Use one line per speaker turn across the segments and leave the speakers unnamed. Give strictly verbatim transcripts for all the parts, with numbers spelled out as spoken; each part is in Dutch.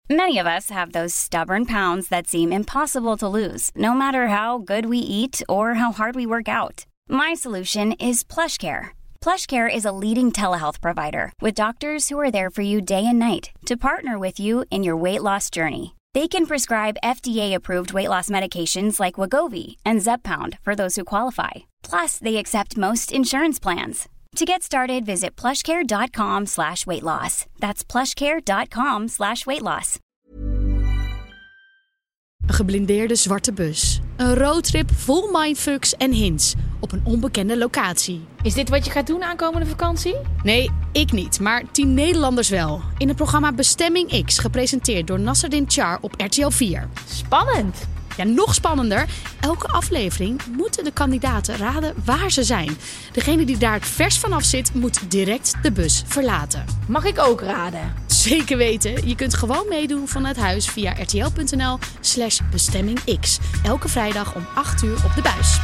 Many of us have those stubborn pounds that seem impossible to lose, no matter how good we eat or how hard we work out. My solution is PlushCare. PlushCare is a leading telehealth provider with doctors who are there for you day and night to partner with you in your weight loss journey. They can prescribe F D A-approved weight loss medications like Wegovy and Zepbound for those who qualify. Plus, they accept most insurance plans. To get started, visit plushcare.com slash weight loss. That's plushcare.com slash weight loss.
Een geblindeerde zwarte bus. Een roadtrip vol mindfucks en hints op een onbekende locatie.
Is dit wat je gaat doen aankomende vakantie?
Nee, ik niet, maar tien Nederlanders wel. In het programma Bestemming X, gepresenteerd door Nasserdin Char op R T L vier.
Spannend!
Ja, nog spannender. Elke aflevering moeten de kandidaten raden waar ze zijn. Degene die daar het vers vanaf zit, moet direct de bus verlaten.
Mag ik ook raden?
Zeker weten. Je kunt gewoon meedoen vanuit huis via rtl.nl slash bestemmingx. Elke vrijdag om acht uur op de buis.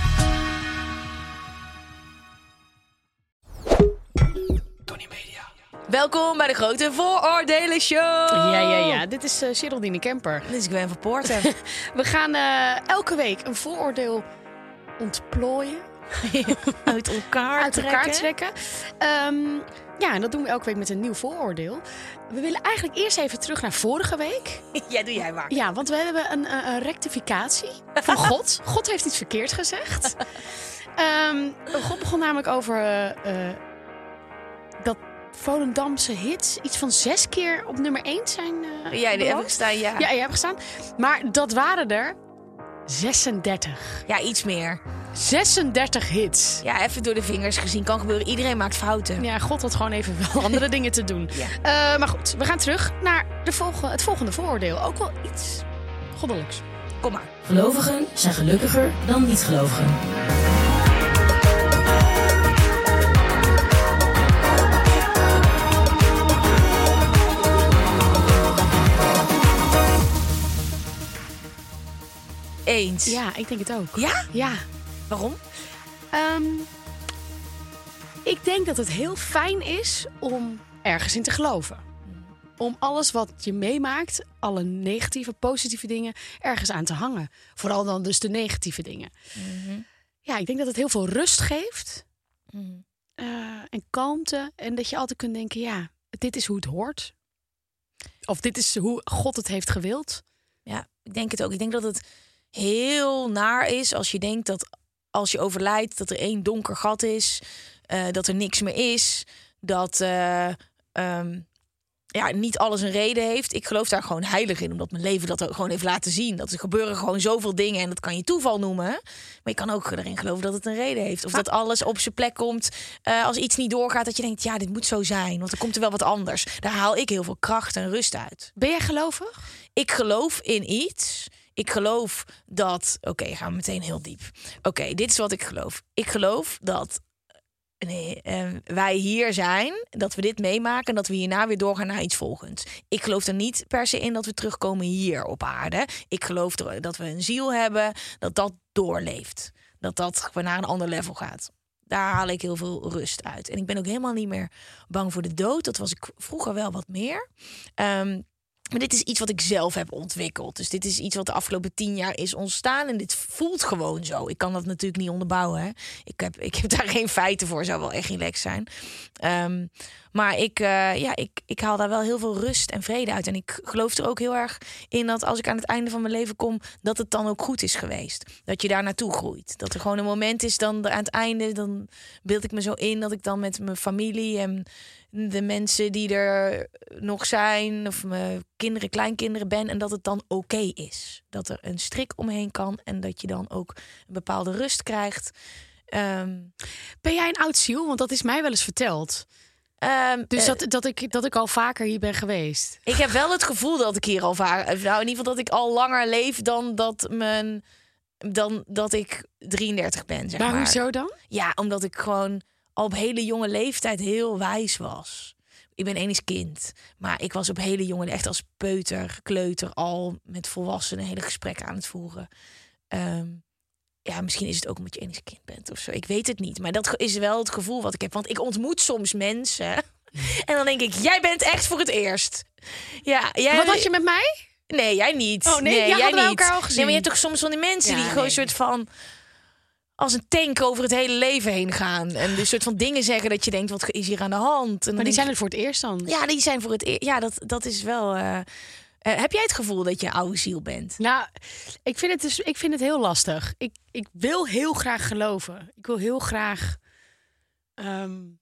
Tony Media.
Welkom bij de Grote Vooroordelen Show.
Ja, ja, ja. Dit is uh, Geraldine Kemper.
Dit is Gwen van Poorten.
We gaan uh, elke week een vooroordeel ontplooien.
Uit elkaar
Uit
trekken.
elkaar trekken. Um, ja, en dat doen we elke week met een nieuw vooroordeel. We willen eigenlijk eerst even terug naar vorige week.
Ja, doe jij maar.
Ja, want we hebben een, een, een rectificatie van God. God heeft iets verkeerd gezegd. Um, God begon namelijk over uh, uh, dat Volendamse hits iets van zes keer op nummer één zijn uh,
Ja, die
beland.
heb ik gestaan, ja.
Ja, jij hebt gestaan. Maar dat waren er zesendertig.
Ja, iets meer.
zesendertig hits.
Ja, even door de vingers gezien. Kan gebeuren. Iedereen maakt fouten.
Ja, God had gewoon even wel andere dingen te doen.
Ja.
Uh, maar goed, we gaan terug naar de volgende, het volgende vooroordeel. Ook wel iets goddelijks.
Kom maar.
Gelovigen zijn gelukkiger dan niet-gelovigen.
Eens.
Ja, ik denk het ook.
Ja?
Ja.
Waarom?
Um, ik denk dat het heel fijn is om ergens in te geloven. Om alles wat je meemaakt, alle negatieve, positieve dingen, ergens aan te hangen. Vooral dan dus de negatieve dingen.
Mm-hmm.
Ja, ik denk dat het heel veel rust geeft.
Mm.
Uh, en kalmte. En dat je altijd kunt denken, ja, dit is hoe het hoort. Of dit is hoe God het heeft gewild.
Ja, ik denk het ook. Ik denk dat het heel naar is als je denkt dat als je overlijdt, dat er één donker gat is. Uh, dat er niks meer is. Dat uh, um, ja, niet alles een reden heeft. Ik geloof daar gewoon heilig in. Omdat mijn leven dat er gewoon heeft laten zien. Dat er gebeuren gewoon zoveel dingen. En dat kan je toeval noemen. Maar je kan ook erin geloven dat het een reden heeft. Of dat alles op zijn plek komt. Uh, als iets niet doorgaat, dat je denkt, ja, dit moet zo zijn. Want er komt er wel wat anders. Daar haal ik heel veel kracht en rust uit.
Ben jij gelovig?
Ik geloof in iets. Ik geloof dat... Oké, okay, gaan we meteen heel diep. Oké, okay, dit is wat ik geloof. Ik geloof dat nee, uh, wij hier zijn, dat we dit meemaken en dat we hierna weer doorgaan naar iets volgends. Ik geloof er niet per se in dat we terugkomen hier op aarde. Ik geloof er, dat we een ziel hebben, dat dat doorleeft. Dat dat gewoon naar een ander level gaat. Daar haal ik heel veel rust uit. En ik ben ook helemaal niet meer bang voor de dood. Dat was ik vroeger wel wat meer. Um, Maar dit is iets wat ik zelf heb ontwikkeld. Dus dit is iets wat de afgelopen tien jaar is ontstaan. En dit voelt gewoon zo. Ik kan dat natuurlijk niet onderbouwen. Hè? Ik, heb, ik heb daar geen feiten voor. Zou wel echt relaxed zijn. Um, maar ik, uh, ja, ik, ik haal daar wel heel veel rust en vrede uit. En ik geloof er ook heel erg in dat als ik aan het einde van mijn leven kom, dat het dan ook goed is geweest. Dat je daar naartoe groeit. Dat er gewoon een moment is dan aan het einde. Dan beeld ik me zo in dat ik dan met mijn familie en de mensen die er nog zijn, of mijn kinderen, kleinkinderen ben, en dat het dan oké okay is. Dat er een strik omheen kan en dat je dan ook een bepaalde rust krijgt. Um,
ben jij een oud ziel? Want dat is mij wel eens verteld.
Um,
dus
uh,
dat, dat, ik, dat ik al vaker hier ben geweest.
Ik heb wel het gevoel dat ik hier al vaker... Nou, in ieder geval dat ik al langer leef dan dat, mijn, dan dat ik drieëndertig ben, zeg maar.
Maar hoezo dan?
Ja, omdat ik gewoon al op hele jonge leeftijd heel wijs was. Ik ben enigs kind, maar ik was op hele jonge, echt als peuter, kleuter al met volwassenen hele gesprekken aan het voeren. Um, ja, misschien is het ook omdat je enigs kind bent of zo. Ik weet het niet, maar dat is wel het gevoel wat ik heb. Want ik ontmoet soms mensen En dan denk ik, jij bent echt voor het eerst. Ja, jij...
Wat had je met mij?
Nee, jij niet.
Oh nee, ja,
jij
hadden we
niet.
elkaar al gezien.
Nee, maar je hebt toch soms van die mensen
Ja,
die gewoon
nee.
een soort van... als een tank over het hele leven heen gaan. En dus soort van dingen zeggen dat je denkt, wat is hier aan de hand? En dan
Maar die
denk
zijn er voor het eerst dan.
ik, ja, die zijn voor het eerst. Ja, dat, dat is wel... Uh, uh, heb jij het gevoel dat je oude ziel bent?
Nou, ik vind het, dus, ik vind het heel lastig. Ik, ik wil heel graag geloven. Ik wil heel graag um,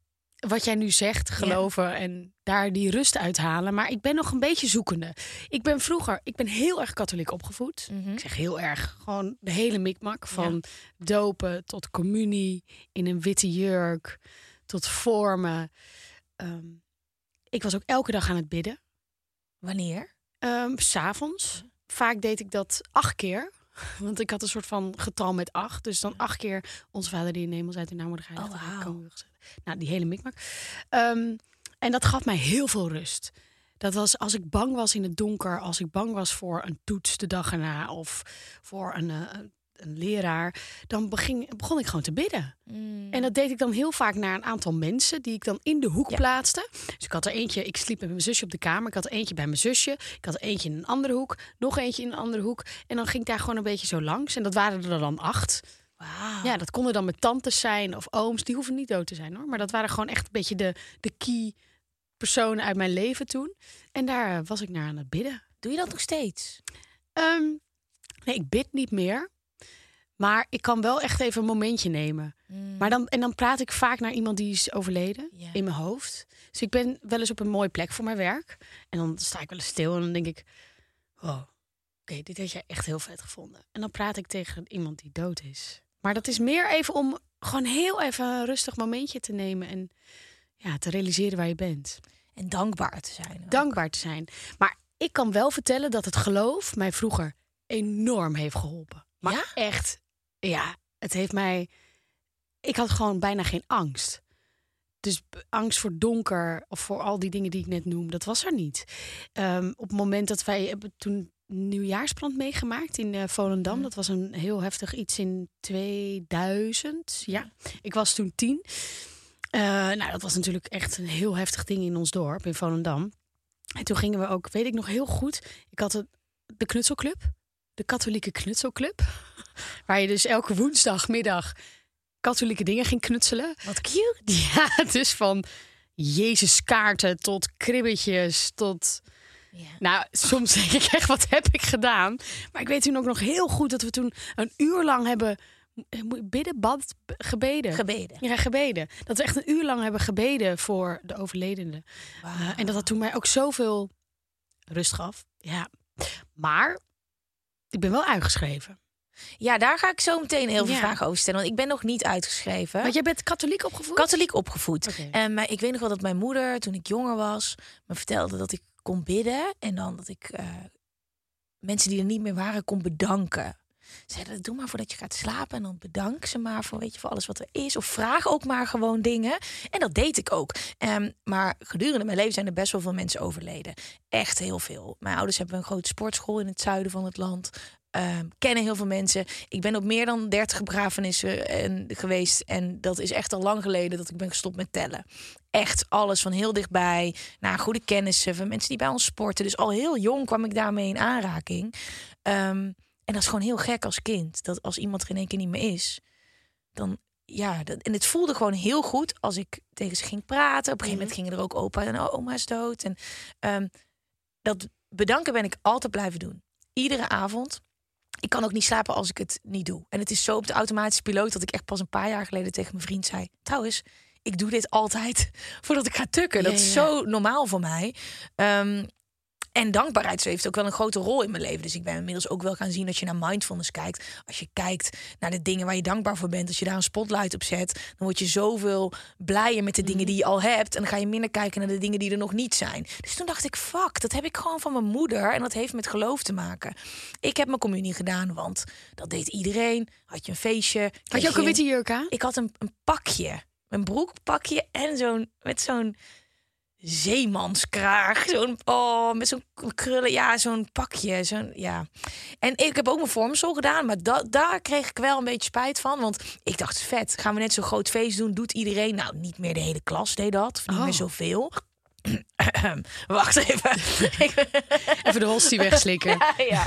wat jij nu zegt geloven ja. en daar die rust uithalen. Maar ik ben nog een beetje zoekende. Ik ben vroeger, ik ben heel erg katholiek opgevoed. Mm-hmm. Ik zeg heel erg, gewoon de hele mikmak. Van ja. dopen tot communie, in een witte jurk, tot vormen. Um, ik was ook elke dag aan het bidden.
Wanneer?
Um, 's avonds. Vaak deed ik dat acht keer. Want ik had een soort van getal met acht. Dus dan acht keer onze Vader die in de hemel zijt, in naam wordt geheiligd.
Oh, wow.
Nou, die hele mikmak. Um, en dat gaf mij heel veel rust. Dat was als ik bang was in het donker. Als ik bang was voor een toets de dag erna. Of voor een... Uh, een leraar, dan begin, begon ik gewoon te bidden. Mm. En dat deed ik dan heel vaak naar een aantal mensen die ik dan in de hoek ja. plaatste. Dus ik had er eentje, ik sliep met mijn zusje op de kamer. Ik had er eentje bij mijn zusje. Ik had er eentje in een andere hoek. Nog eentje in een andere hoek. En dan ging ik daar gewoon een beetje zo langs. En dat waren er dan acht.
Wow.
Ja, dat konden dan mijn tantes zijn of ooms. Die hoeven niet dood te zijn hoor. Maar dat waren gewoon echt een beetje de, de key personen uit mijn leven toen. En daar uh, was ik naar aan het bidden.
Doe je dat nog steeds?
Um, nee, ik bid niet meer. Maar ik kan wel echt even een momentje nemen. Mm. Maar dan, en dan praat ik vaak naar iemand die is overleden yeah. in mijn hoofd. Dus ik ben wel eens op een mooie plek voor mijn werk. En dan sta ik wel eens stil en dan denk ik... Wow, oké, okay, dit heb jij echt heel vet gevonden. En dan praat ik tegen iemand die dood is. Maar dat is meer even om gewoon heel even een rustig momentje te nemen. En ja, te realiseren waar je bent.
En dankbaar te zijn. Ook.
Dankbaar te zijn. Maar ik kan wel vertellen dat het geloof mij vroeger enorm heeft geholpen. Maar
ja?
echt... Ja, het heeft mij... Ik had gewoon bijna geen angst. Dus angst voor donker of voor al die dingen die ik net noem, dat was er niet. Um, op het moment dat wij hebben toen nieuwjaarsplant meegemaakt in uh, Volendam. Mm. Dat was een heel heftig iets in tweeduizend. Ja, ik was toen tien. Uh, nou, dat was natuurlijk echt een heel heftig ding in ons dorp, in Volendam. En toen gingen we ook, weet ik nog heel goed, ik had het, de knutselclub. De katholieke knutselclub. Waar je dus elke woensdagmiddag katholieke dingen ging knutselen.
Wat cute.
Ja, dus van Jezuskaarten tot kribbetjes tot... Ja. Nou, soms denk ik echt, wat heb ik gedaan? Maar ik weet toen ook nog heel goed dat we toen een uur lang hebben... Bidden, bad, gebeden.
Gebeden.
Ja, gebeden. Dat we echt een uur lang hebben gebeden voor de overledene. Wow. Uh, en dat dat toen mij ook zoveel rust gaf. Ja, maar... Ik ben wel uitgeschreven.
Ja, daar ga ik zo meteen heel veel
ja.
vragen over stellen. Want ik ben nog niet uitgeschreven.
Want jij bent katholiek opgevoed?
Katholiek opgevoed.
Okay.
En maar ik weet nog wel dat mijn moeder, toen ik jonger was, me vertelde dat ik kon bidden. En dan dat ik uh, mensen die er niet meer waren kon bedanken. Zeiden, doe maar voordat je gaat slapen. En dan bedank ze maar voor, weet je, voor alles wat er is. Of vraag ook maar gewoon dingen. En dat deed ik ook. Um, maar gedurende mijn leven zijn er best wel veel mensen overleden. Echt heel veel. Mijn ouders hebben een grote sportschool in het zuiden van het land. Um, kennen heel veel mensen. Ik ben op meer dan dertig begrafenissen en, geweest. En dat is echt al lang geleden dat ik ben gestopt met tellen. Echt alles van heel dichtbij. Naar goede kennissen van mensen die bij ons sporten. Dus al heel jong kwam ik daarmee in aanraking. Um, En dat is gewoon heel gek als kind. Dat als iemand er in één keer niet meer is, dan ja. Dat, en het voelde gewoon heel goed als ik tegen ze ging praten. Op een gegeven moment gingen er ook opa en oma is dood. En um, dat bedanken ben ik altijd blijven doen. Iedere avond. Ik kan ook niet slapen als ik het niet doe. En het is zo op de automatische piloot dat ik echt pas een paar jaar geleden tegen mijn vriend zei: trouwens, ik doe dit altijd voordat ik ga tukken. Dat ja, ja. is zo normaal voor mij. Um, En dankbaarheid heeft ook wel een grote rol in mijn leven. Dus ik ben inmiddels ook wel gaan zien dat je naar mindfulness kijkt. Als je kijkt naar de dingen waar je dankbaar voor bent. Als je daar een spotlight op zet, dan word je zoveel blijer met de dingen die je al hebt. En dan ga je minder kijken naar de dingen die er nog niet zijn. Dus toen dacht ik, fuck, dat heb ik gewoon van mijn moeder. En dat heeft met geloof te maken. Ik heb mijn communie gedaan, want dat deed iedereen. Had je een feestje.
Had je ook een witte jurk aan?
Ik had een, een pakje. Een broekpakje en zo'n met zo'n... zeemanskraag. Zo'n, oh, met zo'n krullen, ja, zo'n pakje. Zo'n, ja. En ik heb ook mijn vormsel gedaan, maar da- daar kreeg ik wel een beetje spijt van. Want ik dacht, vet, gaan we net zo'n groot feest doen? Doet iedereen? Nou, niet meer de hele klas deed dat. Of niet
Oh.
meer zoveel. Wacht even.
Even de hostie wegslikken.
Ja, ja.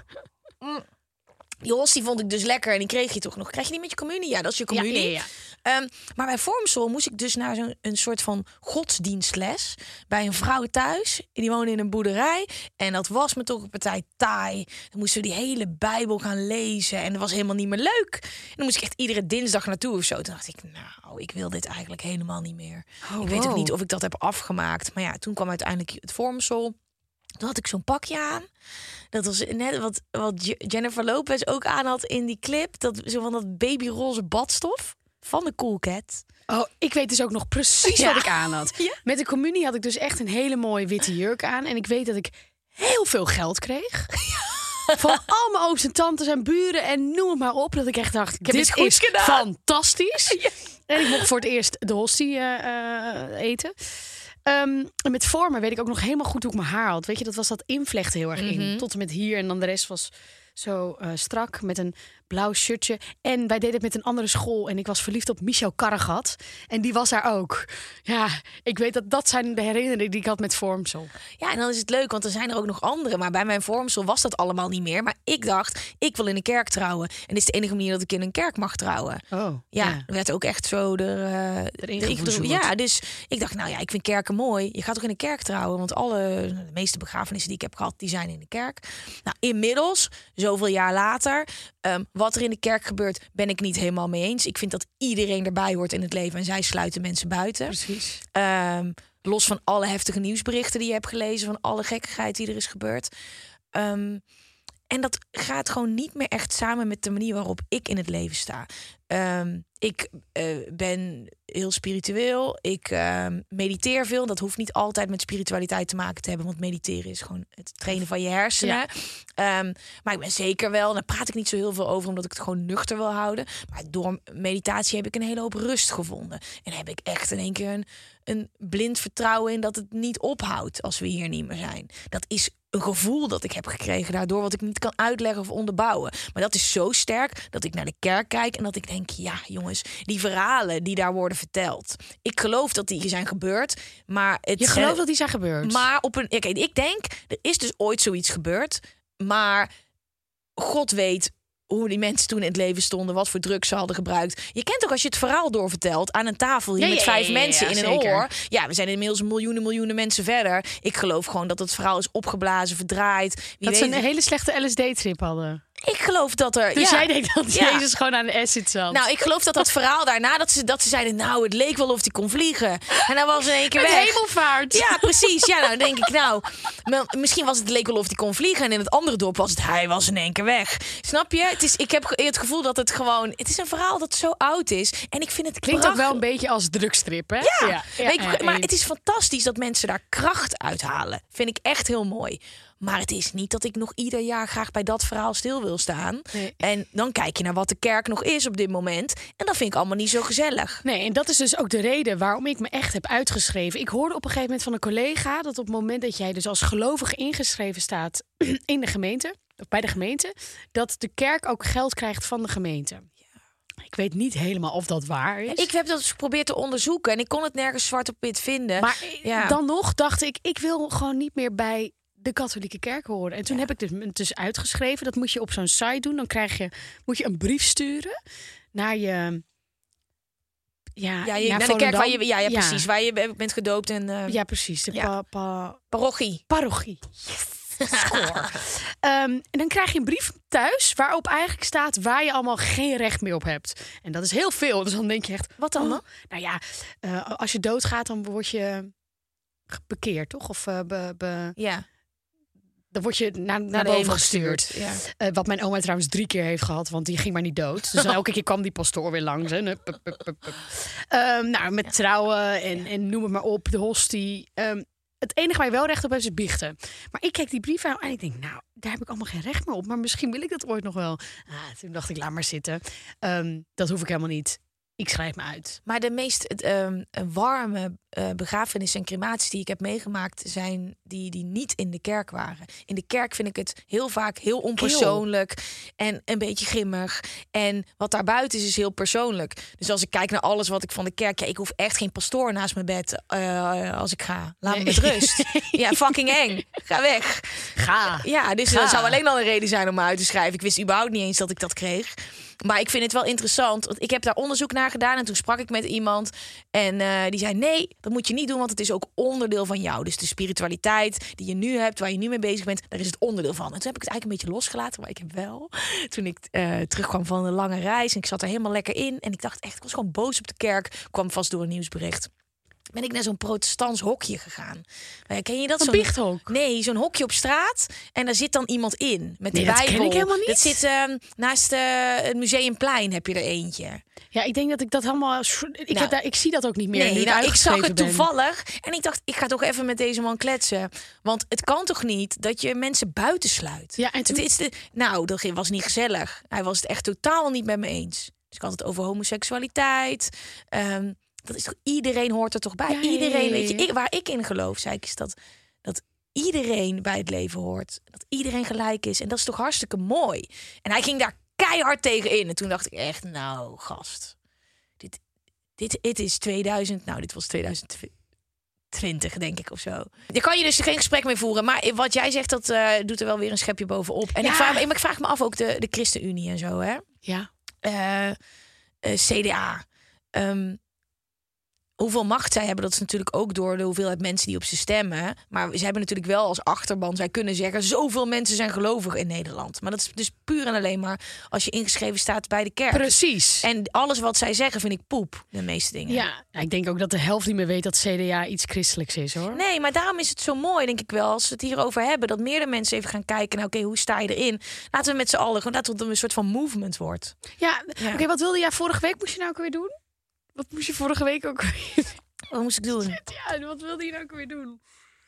Mm. Die hostie vond ik dus lekker en die kreeg je toch nog. Krijg je die met je communie? Ja, dat is je communie.
Ja, ja, ja.
Um, maar bij Vormsel moest ik dus naar zo'n een soort van godsdienstles bij een vrouw thuis. Die woonde in een boerderij en dat was me toch een partij taai. Dan moesten we die hele Bijbel gaan lezen en dat was helemaal niet meer leuk. En dan moest ik echt iedere dinsdag naartoe of zo. Toen dacht ik, nou, ik wil dit eigenlijk helemaal niet meer.
Oh,
ik weet
wow.
ook niet of ik dat heb afgemaakt. Maar ja, toen kwam uiteindelijk het Vormsel. Toen had ik zo'n pakje aan. Dat was net wat, wat Jennifer Lopez ook aan had in die clip. Dat, zo van dat babyroze badstof van de Cool Cat.
Oh, ik weet dus ook nog precies
Ja.
wat ik aan had.
Ja.
Met de communie had ik dus echt een hele mooie witte jurk aan. En ik weet dat ik heel veel geld kreeg. Van al mijn ooms en tantes en buren en noem het maar op. Dat ik echt dacht,
heb
dit
iets goeds
is
gedaan.
fantastisch.
Ja.
En ik mocht voor het eerst de hostie eh, eh, eten. Um, en met vormen weet ik ook nog helemaal goed hoe ik mijn haar had. Weet je, dat was dat invlechten heel erg in.
Mhm.
Tot en met hier. En dan de rest was zo uh, strak met een blauw shirtje. En wij deden het met een andere school. En ik was verliefd op Michel Karregat. En die was daar ook. Ja, ik weet dat dat zijn de herinneringen die ik had met Vormsel.
Ja, en dan is het leuk, want er zijn er ook nog andere. Maar bij mijn Vormsel was dat allemaal niet meer. Maar ik dacht, ik wil in een kerk trouwen. En dit is de enige manier dat ik in een kerk mag trouwen.
Oh,
Ja, er werd ook echt zo er, uh,
Erin
erin
gevoezeld.
gedro- Ja, dus ik dacht, nou ja, ik vind kerken mooi. Je gaat toch in een kerk trouwen? Want alle, de meeste begrafenissen die ik heb gehad, die zijn in de kerk. Nou, inmiddels, zoveel jaar later, um, wat er in de kerk gebeurt, ben ik niet helemaal mee eens. Ik vind dat iedereen erbij hoort in het leven en zij sluiten mensen buiten.
Precies.
Um, los van alle heftige nieuwsberichten die je hebt gelezen, van alle gekkigheid die er is gebeurd. Um, en dat gaat gewoon niet meer echt samen met de manier waarop ik in het leven sta. Um, ik uh, ben heel spiritueel. Ik uh, mediteer veel. Dat hoeft niet altijd met spiritualiteit te maken te hebben. Want mediteren is gewoon het trainen van je hersenen. Ja. Um, maar ik ben zeker wel... Daar praat ik niet zo heel veel over, omdat ik het gewoon nuchter wil houden. Maar door meditatie heb ik een hele hoop rust gevonden. En heb ik echt in één keer een, een blind vertrouwen in dat het niet ophoudt als we hier niet meer zijn. Dat is een gevoel dat ik heb gekregen daardoor, wat ik niet kan uitleggen of onderbouwen. Maar dat is zo sterk dat ik naar de kerk kijk en dat ik denk, ja jongens, die verhalen die daar worden verteld. Ik geloof dat die zijn gebeurd, maar het
Je gelooft dat die zijn gebeurd?
Maar op een, kijk, ik denk, er is dus ooit zoiets gebeurd, maar God weet hoe die mensen toen in het leven stonden, wat voor drugs ze hadden gebruikt. Je kent ook als je het verhaal doorvertelt aan een tafel hier
ja,
met
ja,
vijf
ja, ja,
mensen
ja,
in een
zeker.
oor. Ja, we zijn inmiddels miljoenen, miljoenen mensen verder. Ik geloof gewoon dat het verhaal is opgeblazen, verdraaid. Wie
dat
weet...
ze een hele slechte L S D-trip hadden.
Ik geloof dat er...
Dus
ja.
jij denkt dat
Ja.
Jezus gewoon aan de acid zat?
Nou, ik geloof dat dat verhaal daarna, dat ze, dat ze zeiden, nou, het leek wel of hij kon vliegen. En dan was in één keer
Met
weg.
hemelvaart.
Ja, precies. Ja, nou dan denk ik, nou, misschien was het, het leek wel of hij kon vliegen. En in het andere dorp was het, hij was in één keer weg. Snap je? Het is, ik heb het gevoel dat het gewoon, het is een verhaal dat zo oud is. En ik vind het
Klinkt ook wel een beetje als drugstrip, hè?
Ja,
ja,
weet je,
ja,
maar
ja.
het is fantastisch dat mensen daar kracht uithalen. Vind ik echt heel mooi. Maar het is niet dat ik nog ieder jaar graag bij dat verhaal stil wil staan.
Nee.
En dan kijk je naar wat de kerk nog is op dit moment. En dat vind ik allemaal niet zo gezellig.
Nee, en dat is dus ook de reden waarom ik me echt heb uitgeschreven. Ik hoorde op een gegeven moment van een collega dat op het moment dat jij dus als gelovige ingeschreven staat in de gemeente, of bij de gemeente, dat de kerk ook geld krijgt van de gemeente. Ik weet niet helemaal of dat waar is.
Ik heb dat dus geprobeerd te onderzoeken en ik kon het nergens zwart op wit vinden.
Maar
ja.
dan nog dacht ik, ik wil gewoon niet meer bij de katholieke kerk horen. En toen
Ja.
heb ik dus, het dus uitgeschreven. Dat moet je op zo'n site doen. Dan krijg je, moet je een brief sturen naar je... Ja,
Ja, je,
naar
naar de kerk waar je,
Volendam.
ja, ja, precies, waar je bent gedoopt en uh,
Ja, precies. De
Ja.
pa, pa,
parochie.
parochie. Schoor. um, en dan krijg je een brief thuis waarop eigenlijk staat waar je allemaal geen recht meer op hebt. En dat is heel veel. Dus dan denk je echt, wat dan?
Oh.
dan? Nou ja, uh, als je doodgaat, dan word je bekeerd, toch? Of uh, be, be,
Ja,
dan word je naar, naar,
naar de
boven
hemel
gestuurd.
gestuurd. Ja.
Uh, wat mijn oma trouwens drie keer heeft gehad, want die ging maar niet dood. Dus dan elke keer kwam die pastoor weer langs. Hè. Hup, hup, hup, hup, hup. Um, nou, met
Ja.
trouwen en, en noem het maar op, de hostie. Um, het enige waar je wel recht op hebt is biechten. Maar ik keek die brief aan en ik denk, nou, daar heb ik allemaal geen recht meer op. Maar misschien wil ik dat ooit nog wel. Ah, toen dacht ik, laat maar zitten. Um, dat hoef ik helemaal niet. ik schrijf me uit.
Maar de meest het, um, warme uh, begrafenissen en crematies die ik heb meegemaakt... zijn die die niet in de kerk waren. In de kerk vind ik het heel vaak heel onpersoonlijk... Kil. en een beetje grimmig. En wat daarbuiten is, is heel persoonlijk. Dus als ik kijk naar alles wat ik van de kerk... Ja, ik hoef echt geen pastoor naast mijn bed uh, als ik ga. Laat nee. me met rust. Ja, fucking eng. Ga weg.
Ga.
Ja, dus
Ga.
dat zou alleen al een reden zijn om me uit te schrijven. Ik wist überhaupt niet eens dat ik dat kreeg. Maar ik vind het wel interessant, want ik heb daar onderzoek naar gedaan... en toen sprak ik met iemand en uh, die zei... nee, dat moet je niet doen, want het is ook onderdeel van jou. Dus de spiritualiteit die je nu hebt, waar je nu mee bezig bent... daar is het onderdeel van. En toen heb ik het eigenlijk een beetje losgelaten, maar ik heb wel... toen ik uh, terugkwam van een lange reis en ik zat er helemaal lekker in... en ik dacht echt, ik was gewoon boos op de kerk... kwam vast door een nieuwsbericht... ben ik naar zo'n protestants hokje gegaan. Uh, ken je dat?
Een
zo'n
biechthok?
Nee, zo'n hokje op straat. En daar zit dan iemand in. Met de
nee, dat
Bijbel.
ken ik helemaal niet.
Dat zit uh, naast uh, het Museumplein heb je er eentje.
Ja, ik denk dat ik dat helemaal... Ik,
nou,
heb daar, ik zie dat ook niet meer.
Nee, nou, ik zag het
ben.
toevallig. En ik dacht, ik ga toch even met deze man kletsen. Want het kan toch niet dat je mensen buitensluit?
Ja, en toen...
het is de, nou, dat was niet gezellig. Hij was het echt totaal niet met me eens. Dus ik had het over homoseksualiteit... Um, Dat is toch, iedereen hoort er toch bij?
Ja,
iedereen,
ja, ja, ja.
weet je, ik, waar ik in geloof, zei ik, is dat, dat iedereen bij het leven hoort. Dat iedereen gelijk is. En dat is toch hartstikke mooi. En hij ging daar keihard tegen in. En toen dacht ik echt, nou, gast. Dit, dit, dit is tweeduizend, nou, dit was tweeduizend twintig, denk ik, of zo. Daar kan je dus geen gesprek mee voeren. Maar wat jij zegt, dat uh, doet er wel weer een schepje bovenop. En
ja.
ik, vraag, ik vraag me af ook de, de ChristenUnie en zo, hè?
Ja.
Uh, uh, C D A. Um, Hoeveel macht zij hebben, dat is natuurlijk ook door de hoeveelheid mensen die op ze stemmen. Maar ze hebben natuurlijk wel als achterban, zij kunnen zeggen... zoveel mensen zijn gelovig in Nederland. Maar dat is dus puur en alleen maar als je ingeschreven staat bij de kerk.
Precies.
En alles wat zij zeggen vind ik poep, de meeste dingen.
Ja, ik denk ook dat de helft niet meer weet dat C D A iets christelijks is, hoor.
Nee, maar daarom is het zo mooi, denk ik wel, als we het hierover hebben... dat meerdere mensen even gaan kijken, nou oké, okay, hoe sta je erin? Laten we met z'n allen, gewoon laten we het een soort van movement wordt.
Ja, ja. Oké, okay, wat wilde jij vorige week? Moest je nou ook weer doen? Wat moest je vorige week ook weer?
Wat moest ik doen?
Ja, wat wilde je nou ook weer doen?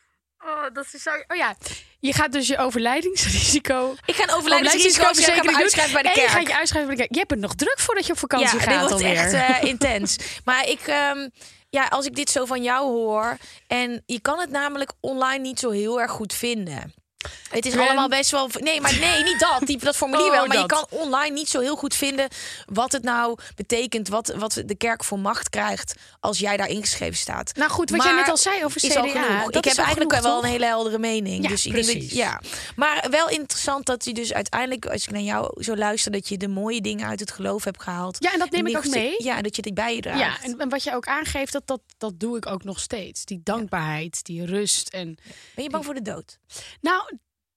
Oh, dat is zo... Oh ja, je gaat dus je overlijdingsrisico...
Ik ga een overlijdingsrisico verzekeren uitschrijven bij de kerk.
En je gaat je uitschrijven bij de kerk. Je hebt het nog druk voordat je op vakantie
ja,
gaat
dit wordt
alweer.
echt uh, intens. Maar ik... Um, ja, als ik dit zo van jou hoor... en je kan het namelijk online niet zo heel erg goed vinden... Het is
ben...
allemaal best wel... Nee, maar nee, niet dat. Die, dat formulier
oh,
wel. Maar
dat.
je kan online niet zo heel goed vinden... wat het nou betekent... wat, wat de kerk voor macht krijgt... als jij daar ingeschreven staat.
Nou goed, wat
maar
jij net al zei over C D A...
Is al ik heb eigenlijk
genoeg,
wel
toch?
een hele heldere mening.
Ja,
dus ik
precies.
denk dat, ja. Maar wel interessant dat je dus uiteindelijk... als ik naar jou zo luister... dat je de mooie dingen uit het geloof hebt gehaald.
Ja, en dat neem
en
ik ook mee.
Ja, dat je die bij je draagt.
Ja, en, en wat je ook aangeeft, dat, dat, dat doe ik ook nog steeds. Die dankbaarheid, die rust. En
ben je bang voor de dood?
Nou...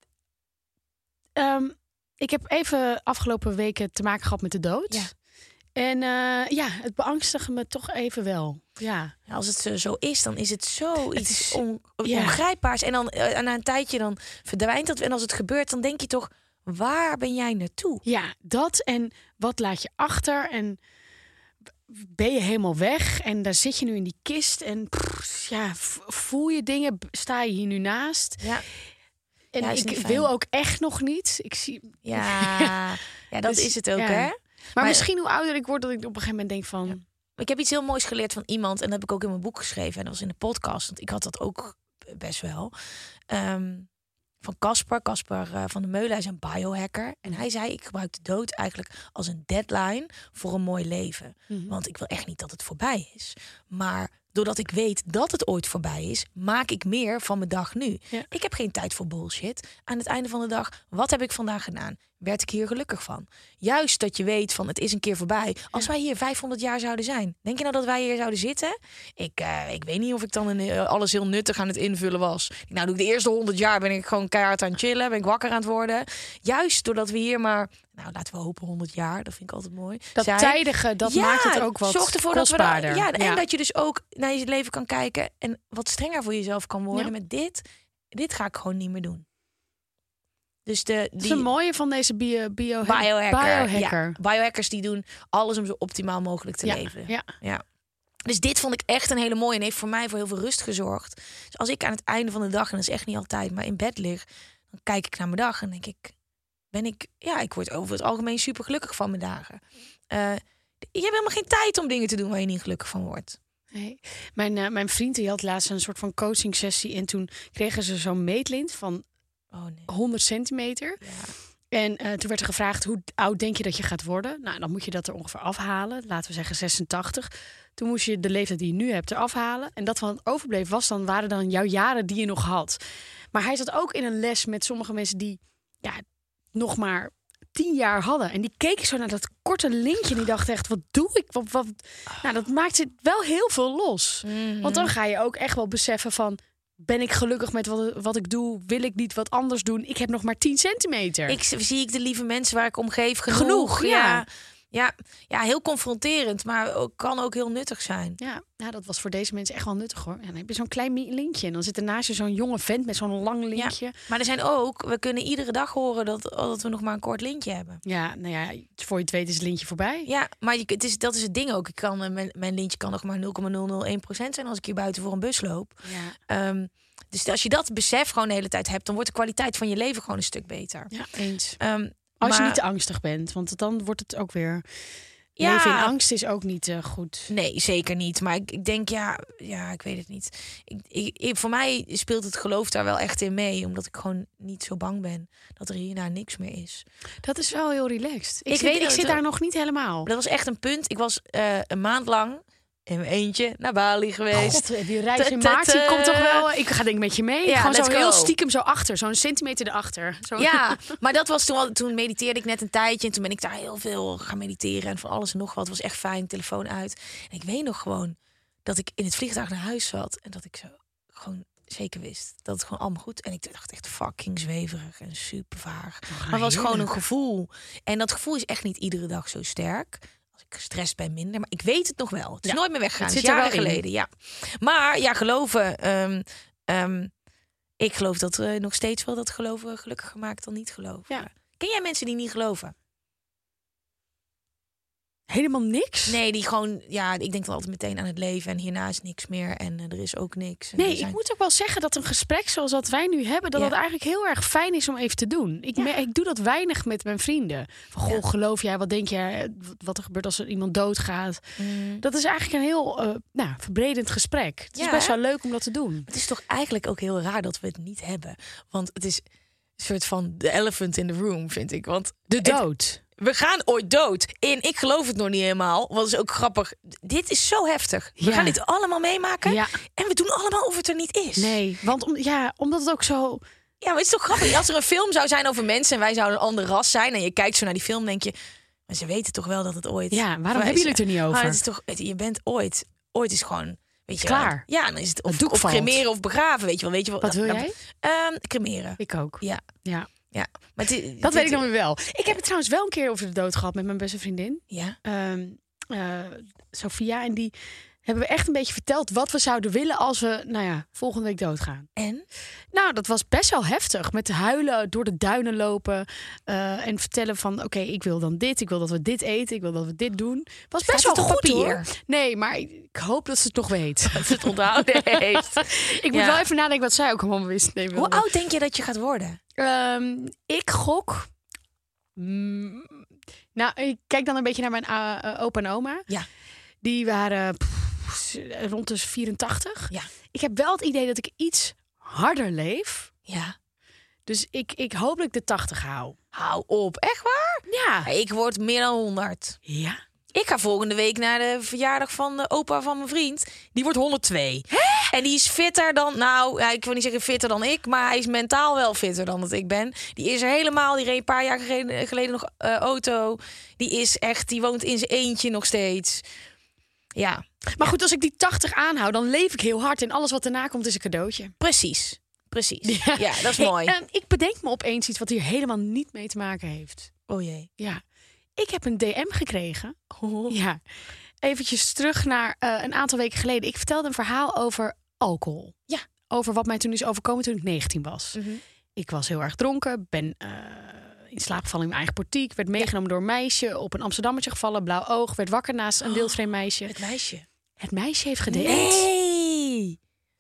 Um, ik heb even afgelopen weken te maken gehad met de dood.
Ja.
En uh, ja, het beangstigde me toch even wel. Ja.
Ja, als het zo is, dan is het zo iets
is,
on,
ja.
ongrijpbaars. En dan uh, na een tijdje dan verdwijnt dat. En als het gebeurt, dan denk je toch, waar ben jij naartoe?
Ja, dat en wat laat je achter en ben je helemaal weg en daar zit je nu in die kist en pff, ja, voel je dingen, sta je hier nu naast?
Ja.
En
ja,
ik wil ook echt nog niet. Ik zie.
Ja, ja dat dus, is het ook,
ja.
hè?
Maar,
maar
misschien hoe ouder ik word, dat ik op een gegeven moment denk van.
Ja. Ik heb iets heel moois geleerd van iemand en dat heb ik ook in mijn boek geschreven en dat was in de podcast, want ik had dat ook best wel. Um, van Casper, Casper uh, van der Meulen, hij is een biohacker en hij zei: ik gebruik de dood eigenlijk als een deadline voor een mooi leven, mm-hmm. want ik wil echt niet dat het voorbij is, maar doordat ik weet dat het ooit voorbij is, maak ik meer van mijn dag nu. Ja. Ik heb geen tijd voor bullshit. Aan het einde van de dag, wat heb ik vandaag gedaan? Werd ik hier gelukkig van? Juist dat je weet van het is een keer voorbij. Als ja. wij hier vijfhonderd jaar zouden zijn, denk je nou dat wij hier zouden zitten? Ik, uh, ik weet niet of ik dan een, uh, alles heel nuttig aan het invullen was. Nou, doe ik de eerste honderd jaar ben ik gewoon keihard aan het chillen, ben ik wakker aan het worden. Juist doordat we hier maar, nou laten we hopen honderd jaar, dat vind ik altijd mooi.
Dat
zijn.
tijdige, dat ja, maakt het ook wat zorgt ervoor kostbaarder.
Dat we dan, ja, en
ja.
dat je dus ook naar je leven kan kijken en wat strenger voor jezelf kan worden ja. met dit. Dit ga ik gewoon niet meer doen. Dus de, die,
dat is een mooie van deze bio, bio,
biohacker.
biohacker.
Ja, biohackers die doen alles om zo optimaal mogelijk te
ja,
leven.
Ja.
Ja. Dus dit vond ik echt een hele mooie en heeft voor mij voor heel veel rust gezorgd. Dus als ik aan het einde van de dag, en dat is echt niet altijd, maar in bed lig, dan kijk ik naar mijn dag en denk ik, ben ik, ja, ik word over het algemeen super gelukkig van mijn dagen. Uh, Je hebt helemaal geen tijd om dingen te doen waar je niet gelukkig van wordt.
Nee. Mijn, uh, mijn vriend die had laatst een soort van coaching sessie. En toen kregen ze zo'n meetlint van
oh, nee.
honderd centimeter.
Ja.
En uh, toen werd er gevraagd, hoe oud denk je dat je gaat worden? Nou, dan moet je dat er ongeveer afhalen. Laten we zeggen zesentachtig. Toen moest je de leeftijd die je nu hebt eraf halen. En dat wat overbleef was dan, waren dan jouw jaren die je nog had. Maar hij zat ook in een les met sommige mensen die ja, nog maar tien jaar hadden. En die keken zo naar dat korte lintje en die dachten echt, wat doe ik? Wat, wat? Nou, dat maakt het wel heel veel los.
Mm-hmm.
Want dan ga je ook echt wel beseffen van, ben ik gelukkig met wat, wat ik doe? Wil ik niet wat anders doen? Ik heb nog maar tien centimeter.
Ik zie ik de lieve mensen waar ik om geef genoeg.
Genoeg, ja.
ja. Ja, ja, heel confronterend, maar ook, kan ook heel nuttig zijn.
Ja, nou, dat was voor deze mensen echt wel nuttig hoor. En dan heb je zo'n klein lintje en dan zit er naast je zo'n jonge vent met zo'n lang lintje.
Ja, maar er zijn ook, we kunnen iedere dag horen dat, dat we nog maar een kort lintje hebben.
Ja, nou ja, voor je het weet is het lintje voorbij.
Ja, maar je, het is, dat is het ding ook. Ik kan, mijn, mijn lintje kan nog maar nul komma nul nul één procent zijn als ik hier buiten voor een bus loop.
Ja.
Um, dus als je dat besef gewoon de hele tijd hebt, dan wordt de kwaliteit van je leven gewoon een stuk beter.
Ja, eens.
Um,
als
maar,
je niet te angstig bent, want dan wordt het ook weer...
Ja,
leven in angst is ook niet uh, goed.
Nee, zeker niet. Maar ik, ik denk, ja, ja, ik weet het niet. Ik, ik, ik, voor mij speelt het geloof daar wel echt in mee. Omdat ik gewoon niet zo bang ben dat er hierna niks meer is.
Dat is wel heel relaxed. Ik,
Ik
zit,
weet
ik
het,
zit
uh,
daar nog niet helemaal.
Dat was echt een punt. Ik was uh, een maand lang in mijn eentje naar Bali geweest.
God, die reis in maart, die komt toch wel... Ik ga denk ik met je mee.
Ja,
Gewoon zo
let's
heel
go.
stiekem zo achter. Zo'n centimeter erachter. Zo.
Ja, maar dat was toen, al- toen mediteerde ik net een tijdje. En toen ben ik daar heel veel gaan mediteren. En van alles en nog wat. Het was echt fijn, telefoon uit. En ik weet nog gewoon dat ik in het vliegtuig naar huis zat. En dat ik zo gewoon zeker wist dat het gewoon allemaal goed. En ik dacht echt fucking zweverig en super vaag.
Oh,
maar het was gewoon een
heerlijk.
gevoel. En dat gevoel is echt niet iedere dag zo sterk. Als ik gestrest ben minder. Maar ik weet het nog wel. Het is
Ja,
nooit meer weggegaan.
het
Het
zit
is
er
jaren
wel in.
geleden, ja. Maar ja, geloven... Um, um, ik geloof dat uh, nog steeds wel dat geloven gelukkiger maakt dan niet geloven.
Ja.
Ken jij mensen die niet geloven?
Helemaal niks?
Nee, die gewoon, ja, ik denk dan altijd meteen aan het leven en hierna is niks meer en uh, er is ook niks. En
Nee,
er zijn...
ik moet ook wel zeggen dat een gesprek zoals dat wij nu hebben, dat
Ja.
het eigenlijk heel erg fijn is om even te doen. Ik,
Ja.
me- ik doe dat weinig met mijn vrienden. Van, goh,
Ja.
geloof jij, wat denk jij, wat er gebeurt als er iemand doodgaat?
Mm.
Dat is eigenlijk een heel uh, nou, verbredend gesprek. Het is
Ja,
best
hè?
wel leuk om dat te doen.
Het is toch eigenlijk ook heel raar dat we het niet hebben. Want het is een soort van the elephant in the room, vind ik. Want
De
het-
dood.
we gaan ooit dood. En ik geloof het nog niet helemaal. Wat is ook grappig. Dit is zo heftig. We
Ja.
gaan dit allemaal meemaken.
Ja.
En we doen allemaal of het er niet is.
Nee, want om, ja, omdat het ook zo...
Ja, maar het is toch grappig. Als er een film zou zijn over mensen en wij zouden een ander ras zijn. En je kijkt zo naar die film, denk je. Maar ze weten toch wel dat het ooit.
Ja, waarom
wij
hebben jullie
zijn.
het er niet over?
Maar het is toch, het- je bent ooit. Ooit is gewoon. Weet je
Klaar.
wel. Ja, dan is het of,
Het doek
of
valt.
cremeren of begraven. Weet je wel. Weet je wel.
Wat wil
Nou,
jij?
ehm, cremeren.
Ik ook.
Ja,
Ja.
ja. Maar het,
Dat
het-
weet ik dan weer wel. Ik heb het trouwens wel een keer over de dood gehad met mijn beste vriendin.
Ja.
Ehm uh, Sophia. En die hebben we echt een beetje verteld wat we zouden willen als we, nou ja, volgende week doodgaan.
En?
Nou, dat was best wel heftig. Met huilen, door de duinen lopen. Uh, en vertellen van, oké, okay, ik wil dan dit. Ik wil dat we dit eten. Ik wil dat we dit doen. Was best
Staat
wel
het op
goed,
papier?
hoor. Nee, maar ik, ik hoop dat ze het nog weet.
Dat ze het onthouden heeft.
Ik moet
Ja.
wel even nadenken wat zij ook allemaal wist. Nee,
Hoe oud denk je dat je gaat worden?
Um, ik gok... Mm, nou, ik kijk dan een beetje naar mijn uh, uh, opa en oma.
Ja.
Die waren pff, rond de vierentachtig.
Ja.
Ik heb wel het idee dat ik iets harder leef.
Ja.
Dus ik, ik hoop dat ik de tachtig hou.
Hou op. Echt waar?
Ja.
Ik word meer dan honderd.
Ja.
Ik ga volgende week naar de verjaardag van de opa van mijn vriend. Die wordt honderdtwee. Hè? En die is fitter dan, nou, ja, ik wil niet zeggen fitter dan ik, maar hij is mentaal wel fitter dan dat ik ben. Die is er helemaal, die reed een paar jaar geleden, geleden nog uh, auto. Die is echt, die woont in zijn eentje nog steeds. Ja.
Maar goed, als ik die tachtig aanhoud, dan leef ik heel hard. En alles wat erna komt is een cadeautje.
Precies. Precies. Ja, ja dat is
hey,
mooi.
Uh, ik bedenk me opeens iets wat hier helemaal niet mee te maken heeft.
Oh jee.
Ja. Ik heb een D M gekregen.
Oh.
Ja. Eventjes terug naar uh, een aantal weken geleden. Ik vertelde een verhaal over alcohol.
Ja.
Over wat mij toen is overkomen toen ik negentien was.
Mm-hmm.
Ik was heel erg dronken. Ben uh, in slaap gevallen in mijn eigen portiek. Werd meegenomen ja. door een meisje. Op een Amsterdammetje gevallen. Blauw oog. Werd wakker naast een wildvreemd meisje.
Het meisje.
Het meisje heeft ged'd.
Nee.
Ja.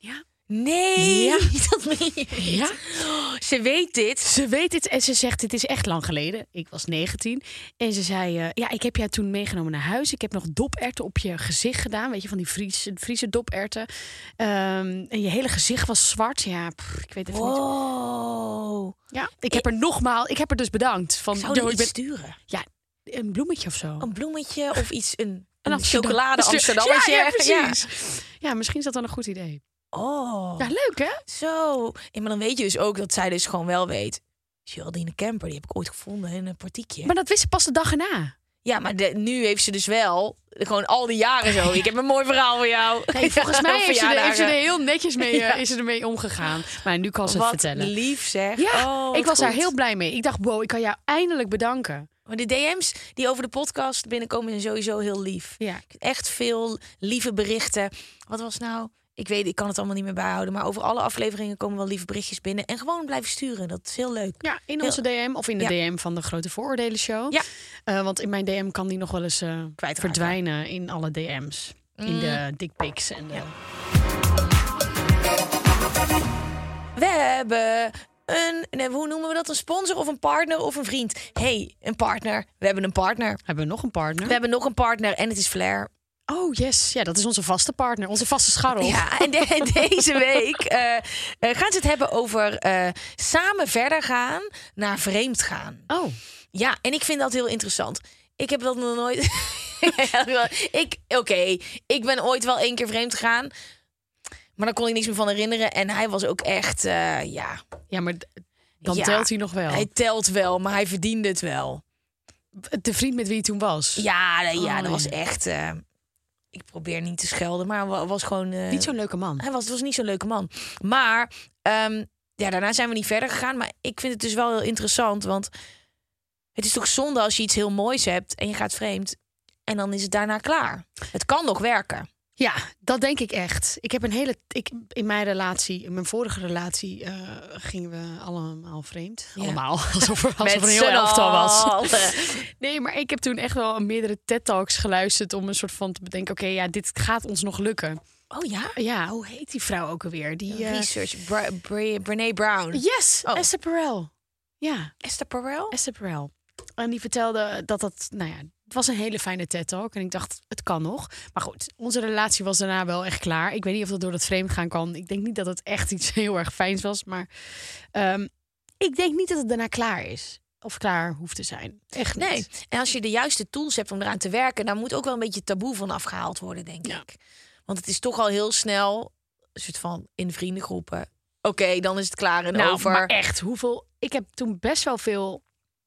Nee,
Ja.
dat meen je niet.
Ja.
Oh, ze weet dit.
Ze weet het en ze zegt, het is echt lang geleden. Ik was negentien. En ze zei, uh, ja, ik heb jou toen meegenomen naar huis. Ik heb nog doperwten op je gezicht gedaan. Weet je, van die Friese, Friese doperwten. Um, en je hele gezicht was zwart. Ja, pff, ik weet het niet.
Wow.
Ja, ik heb er nogmaals, ik heb er dus bedankt. Van,
Zou je
yo,
iets
ik ben,
sturen?
ja, een bloemetje of zo.
Een bloemetje of iets, een, een,
Een Amsterdam-
chocolade
een stu-
Amsterdammetje.
Ja, ja, precies. Ja. ja, misschien is dat dan een goed idee.
Oh.
Ja, leuk hè?
Zo. En maar dan weet je dus ook dat zij dus gewoon wel weet. Geraldine Kemper, die heb ik ooit gevonden in een partiekje.
Maar dat wist ze pas de dag erna.
Ja, maar de, nu heeft ze dus wel gewoon al die jaren zo. Ik heb een mooi verhaal voor jou.
Nee, volgens mij heeft ze, er, heeft ze er
Verjaardagen.
heel netjes mee, uh,
Ja.
is ze ermee omgegaan. Maar nu kan ze het
Wat
vertellen.
lief zeg.
Ja,
Oh, wat
ik was daar
goed.
heel blij mee. Ik dacht, wow, ik kan jou eindelijk bedanken.
Maar de D M's die over de podcast binnenkomen zijn sowieso heel lief.
Ja.
Echt veel lieve berichten. Wat was nou? Ik weet, ik kan het allemaal niet meer bijhouden. Maar over alle afleveringen komen wel lieve berichtjes binnen. En gewoon blijven sturen. Dat is heel leuk.
Ja, in onze D M of in de
Ja.
D M van de Grote Vooroordelen Show.
Ja.
Uh, want in mijn D M kan die nog wel eens uh,
Kwijtraken.
verdwijnen in alle D M's. In
Mm.
de dickpics. En de...
Ja. We hebben een, nee, hoe noemen we dat? Een sponsor of een partner of een vriend? hey, een partner. We hebben een partner.
Hebben we nog een partner?
We hebben nog een partner en het is Flair.
Oh, yes. Ja, dat is onze vaste partner. Onze vaste scharrel.
Ja, en de- deze week uh, uh, gaan ze het hebben over uh, samen verder gaan naar vreemd gaan.
Oh.
Ja, en ik vind dat heel interessant. Ik heb dat nog nooit... ik, Oké, okay, ik ben ooit wel één keer vreemd gegaan. Maar daar kon ik niks meer van herinneren. En hij was ook echt, uh, ja...
Ja, maar d- dan
Ja,
telt hij nog wel.
Hij telt wel, maar hij verdiende het wel.
De vriend met wie hij toen was.
Ja, nee, ja
Oh,
dat was
ja.
echt... Uh, ik probeer niet te schelden, maar hij was gewoon... Uh,
Niet zo'n leuke man.
Hij was, het was niet zo'n leuke man. Maar um, ja, daarna zijn we niet verder gegaan. Maar ik vind het dus wel heel interessant. Want het is toch zonde als je iets heel moois hebt en je gaat vreemd. En dan is het daarna klaar. Het kan nog werken.
Ja, dat denk ik echt. Ik heb een hele. Ik, in mijn relatie, in mijn vorige relatie, uh, gingen we allemaal vreemd.
Ja.
Allemaal. Alsof er, alsof er een
Met
heel
z'n
elftal was.
allen.
Nee, maar ik heb toen echt wel meerdere TED-talks geluisterd om een soort van te bedenken: oké, okay, ja, dit gaat ons nog lukken.
Oh ja?
Ja, hoe heet die vrouw ook alweer? Die uh...
Research. Bra Bra Brené Brown.
Yes,
Oh.
Esther Perel. Ja,
Esther Perel?
Esther Perel. En die vertelde dat dat, nou ja, het was een hele fijne TED-talk. En ik dacht, het kan nog. Maar goed, onze relatie was daarna wel echt klaar. Ik weet niet of dat door dat vreemd gaan kan. Ik denk niet dat het echt iets heel erg fijns was. Maar um, ik denk niet dat het daarna klaar is. Of klaar hoeft te zijn. Echt niet.
Nee. En als je de juiste tools hebt om eraan te werken, dan moet ook wel een beetje taboe van afgehaald worden, denk
Ja.
ik. Want het is toch al heel snel, een soort van in vriendengroepen. Oké, okay, dan is het klaar en
nou,
over.
Maar echt, hoeveel... Ik heb toen best wel veel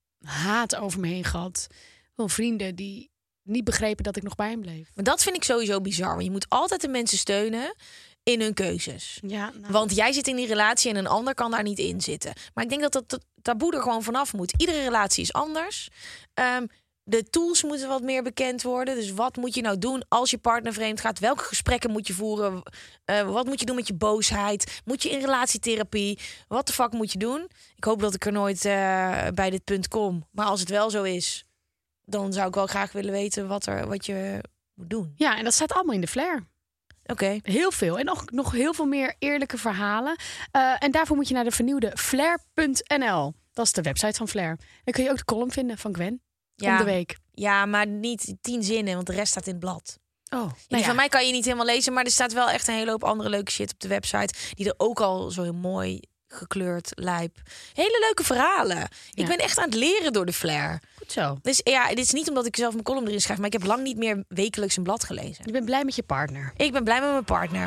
haat over me heen gehad. Van vrienden die niet begrepen dat ik nog bij hem bleef.
Maar dat vind ik sowieso bizar. Want je moet altijd de mensen steunen in hun keuzes.
Ja, nou.
Want jij zit in die relatie en een ander kan daar niet in zitten. Maar ik denk dat dat taboe er gewoon vanaf moet. Iedere relatie is anders. Um, de tools moeten wat meer bekend worden. Dus wat moet je nou doen als je partner vreemd gaat? Welke gesprekken moet je voeren? Uh, wat moet je doen met je boosheid? Moet je in relatietherapie? Wat de fuck moet je doen? Ik hoop dat ik er nooit uh, bij dit punt kom. Maar als het wel zo is, dan zou ik wel graag willen weten wat, er, wat je moet doen.
Ja, en dat staat allemaal in de Flair.
Oké. Okay.
Heel veel. En nog, nog heel veel meer eerlijke verhalen. Uh, en daarvoor moet je naar de vernieuwde flair punt n l. Dat is de website van Flair. Dan kun je ook de column vinden van Gwen.
Ja,
om de week.
Ja, maar niet tien zinnen, want de rest staat in het blad.
Oh, nou
die
ja.
van mij kan je niet helemaal lezen, maar er staat wel echt een hele hoop andere leuke shit op de website. Die er ook al zo heel mooi gekleurd, lijp. Hele leuke verhalen. Ja. Ik ben echt aan het leren door de Flair.
Goed zo.
Dus ja, dit is niet omdat ik zelf mijn column erin schrijf, maar ik heb lang niet meer wekelijks een blad gelezen.
Je bent blij met je partner.
Ik ben blij met mijn partner.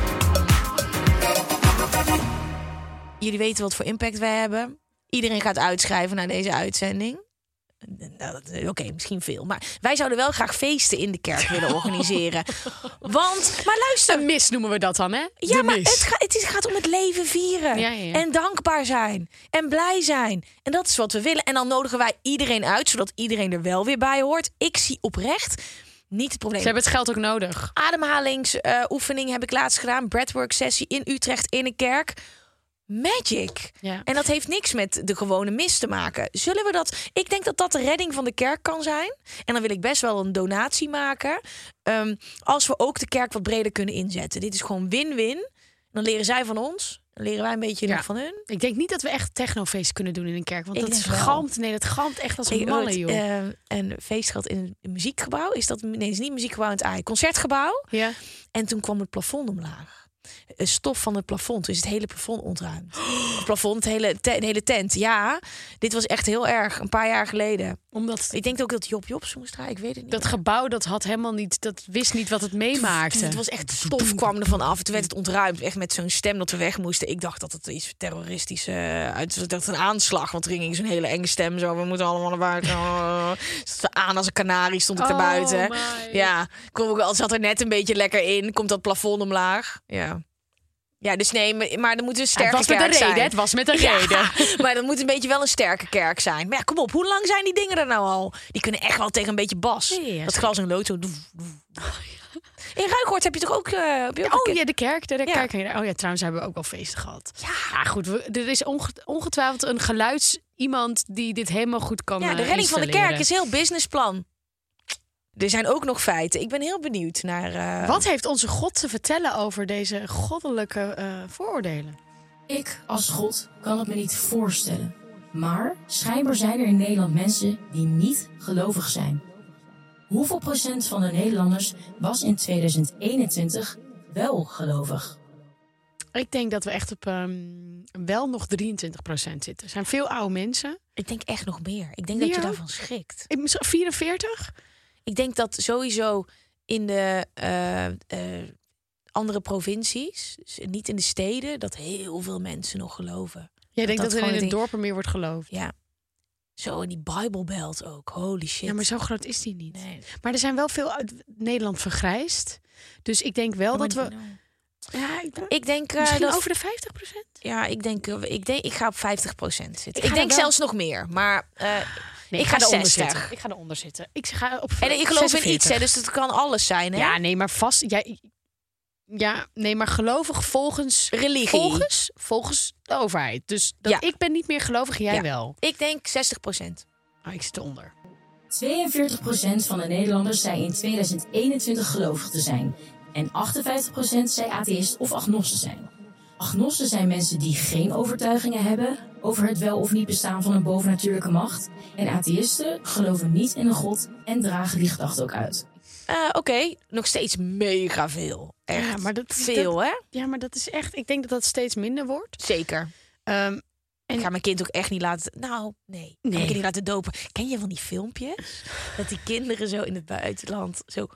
Jullie weten wat voor impact wij hebben. Iedereen gaat uitschrijven naar deze uitzending. Nou, Oké, okay, misschien veel. Maar wij zouden wel graag feesten in de kerk willen organiseren. Want, maar luister.
Een mis noemen we dat dan, hè?
Ja,
de
maar
mis.
het, ga, het is, gaat om het leven vieren.
Ja, ja, ja.
En dankbaar zijn. En blij zijn. En dat is wat we willen. En dan nodigen wij iedereen uit, zodat iedereen er wel weer bij hoort. Ik zie oprecht niet het probleem.
Ze hebben het geld ook nodig.
Ademhalingsoefening uh, heb ik laatst gedaan. Breathwork sessie in Utrecht in een kerk. Magic.
Ja.
En dat heeft niks met de gewone mis te maken. Zullen we dat... Ik denk dat dat de redding van de kerk kan zijn. En dan wil ik best wel een donatie maken. Um, als we ook de kerk wat breder kunnen inzetten. Dit is gewoon win-win. Dan leren zij van ons. Dan leren wij een beetje
Ja.
nog van hun.
Ik denk niet dat we echt technofeest kunnen doen in een kerk. Want
Ik
dat
denk wel.
galmt. Nee, dat galmt echt als een
Ik
malle,
ooit,
joh.
eh, een feest gehad in een muziekgebouw. Is dat, nee, het is niet een muziekgebouw in het A I. Concertgebouw.
ja.
En toen kwam het plafond omlaag. Een stof van het plafond. Dus het hele plafond ontruimd. Het plafond, het hele, te- de hele tent. Ja, dit was echt heel erg. Een paar jaar geleden.
Omdat
Ik denk ook dat Job Jobs moest draaien. Ik weet het niet.
dat
meer.
gebouw, dat had helemaal niet... Dat wist niet wat het meemaakte.
Het was echt stof kwam ervan af. Toen werd het ontruimd. Echt met zo'n stem dat we weg moesten. Ik dacht dat het iets terroristisch uh, uit. Ik dacht een aanslag. Want er ging zo'n hele enge stem zo. We moeten allemaal naar buiten. Oh. Stond aan als een kanarie stond ik
Oh
er buiten.
my.
Ja, kom ik al zat er net een beetje lekker in. Komt dat plafond omlaag. Ja. Ja, dus nee, maar, maar er moet een sterke
het was met
kerk
een reden.
zijn.
Het was met een
Ja,
reden.
maar dat moet een beetje wel een sterke kerk zijn. Maar ja, kom op, hoe lang zijn die dingen er nou al? Die kunnen echt wel tegen een beetje bas.
Ja, ja,
dat
zeker.
glas en lood zo. Doef, doef. In Ruigoord heb je toch ook... Uh, heb je ook
Oh
een
ja, de kerk. De, de
Ja.
kerk. Oh ja, trouwens hebben we ook wel feesten gehad.
Ja.
Ja, goed. We, er is onge- ongetwijfeld een geluids iemand die dit helemaal goed kan
Ja, de
eh,
redding van de
installeren.
kerk is heel businessplan. Er zijn ook nog feiten. Ik ben heel benieuwd naar... Uh...
Wat heeft onze God te vertellen over deze goddelijke eh, vooroordelen?
Ik als God kan het me niet voorstellen. Maar schijnbaar zijn er in Nederland mensen die niet gelovig zijn. Hoeveel procent van de Nederlanders was in tweeduizend eenentwintig wel gelovig?
Ik denk dat we echt op ehm, wel nog drieëntwintig procent zitten. Er zijn veel oude mensen.
Ik denk echt nog meer. Ik denk
Meer?
dat je daarvan schrikt.
Ik, misschien vierenveertig?
Ik denk dat sowieso in de uh, uh, andere provincies, dus niet in de steden, dat heel veel mensen nog geloven.
Jij denkt dat,
dat
er in
gewoon
het
het
dorpen meer wordt geloofd?
Ja. Zo in die Bijbelbelt ook. Holy shit.
Ja, maar zo groot is die niet.
Nee.
Maar er zijn wel veel uit Nederland vergrijsd. Dus ik denk wel
Ja, maar
dat we...
nou,
Ja, ik,
Ik denk uh,
misschien
dat...
over de vijftig procent?
Ja, ik denk, uh, ik denk, ik ga op vijftig procent zitten.
Ik
Ik,
ga
denk
er wel-
zelfs nog meer, maar uh,
Nee,
ik ga
eronder
zestig.
zitten. Ik ga eronder zitten. Ik ga op
En ik geloof in
zesenveertig.
iets, hè, dus dat kan alles zijn, hè?
Ja, nee, maar vast... Jij, ja, nee, maar gelovig volgens...
Religie.
Volgens, volgens de overheid. Dus dat
Ja.
ik ben niet meer gelovig, jij
Ja.
wel.
Ik denk zestig procent.
Oh, ik zit eronder.
tweeënveertig procent van de Nederlanders zei in tweeduizend eenentwintig gelovig te zijn. En achtenvijftig procent zei atheïst of agnosten zijn. Agnosten zijn mensen die geen overtuigingen hebben over het wel of niet bestaan van een bovennatuurlijke macht. En atheïsten geloven niet in een god en dragen die gedachte ook uit.
Uh, Oké, okay. Nog steeds mega veel. Echt
Ja, maar dat is-
veel, hè?
Ja, maar dat is echt... Ik denk dat dat steeds minder wordt.
Zeker.
Ehm,
Ik ga mijn kind ook echt niet laten... Nou, nee.
Nee.
Ik ga niet laten dopen. Ken je van die filmpjes? Dat die kinderen zo in het buitenland zo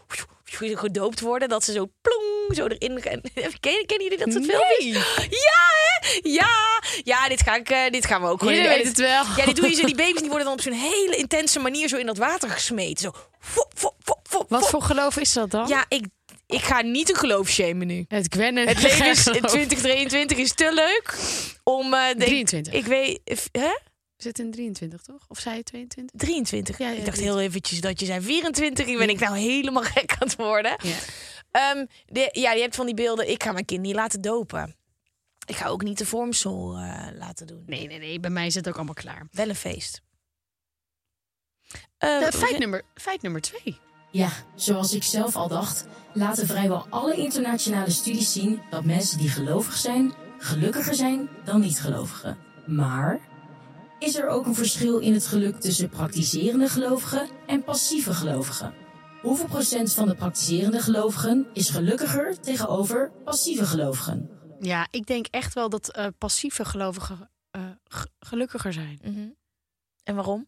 gedoopt worden. Dat ze zo plong, zo erin... Ken, kennen jullie dat soort filmpjes? Ja, hè? Ja! Ja, dit, ga ik, uh, dit gaan we ook gewoon...
Jullie
in-
weten het wel.
Ja, dit doe je zo. Die baby's die worden dan op zo'n hele intense manier zo in dat water gesmeten. Zo... Fop, fop, fop, fop,
Wat
fop.
voor geloof is dat dan?
Ja, ik, ik ga niet een geloof shamen nu.
Het Gwen
Het leven is, in twintig drieëntwintig is te leuk om... Uh, denk,
drieëntwintig.
Ik weet... Hè?
We zitten in drieëntwintig, toch? Of zei je tweeëntwintig?
drieëntwintig.
Ja, ja,
ik dacht
drieëntwintig.
heel eventjes dat je zei vierentwintig. Ben ik nou helemaal gek aan het worden.
Ja.
Um, de, ja, je hebt van die beelden. Ik ga mijn kind niet laten dopen. Ik ga ook niet de vormsel uh, laten doen.
Nee, nee, nee. Bij mij is het ook allemaal klaar.
Wel een feest. Uh,
Uh, feit, nummer, feit nummer twee.
Ja, zoals ik zelf al dacht, laten vrijwel alle internationale studies zien dat mensen die gelovig zijn, gelukkiger zijn dan niet-gelovigen. Maar is er ook een verschil in het geluk tussen praktiserende gelovigen en passieve gelovigen? Hoeveel procent van de praktiserende gelovigen is gelukkiger tegenover passieve gelovigen?
Ja, ik denk echt wel dat uh, passieve gelovigen uh, g- gelukkiger zijn.
Mm-hmm. En waarom?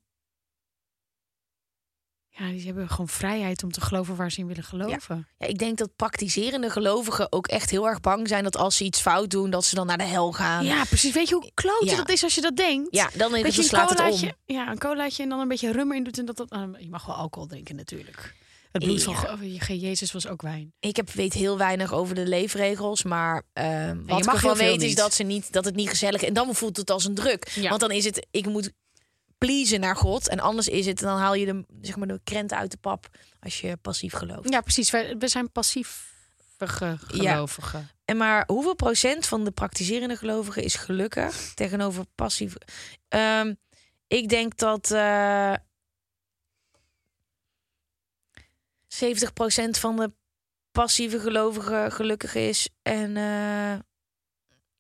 Ja, die hebben gewoon vrijheid om te geloven waar ze in willen geloven.
Ja. Ja, ik denk dat praktiserende gelovigen ook echt heel erg bang zijn dat als ze iets fout doen, dat ze dan naar de hel gaan.
Ja, precies. Weet je hoe klote
Ja.
dat is als je dat denkt?
Ja, dan,
dat
dan
je een
slaat het om.
colaatje, ja, een colaatje en dan een beetje rum in doet en dat dat. Uh, je mag wel alcohol drinken natuurlijk. Het bloed
Ja.
van oh, Jezus was ook wijn.
Ik heb, weet heel weinig over de leefregels, maar uh, wat ik
mag
ervan
heel veel
weet is
niet.
dat, ze niet, dat het niet gezellig is. En dan voelt het als een druk.
Ja.
Want dan is het, ik moet pleasen naar God. En anders is het, dan haal je de, zeg maar, de krenten uit de pap als je passief gelooft.
Ja, precies. We, we zijn passief gelovigen.
En maar hoeveel procent van de praktiserende gelovigen is gelukkig tegenover passief? Um, ik denk dat uh, zeventig procent van de passieve gelovigen gelukkig is en uh,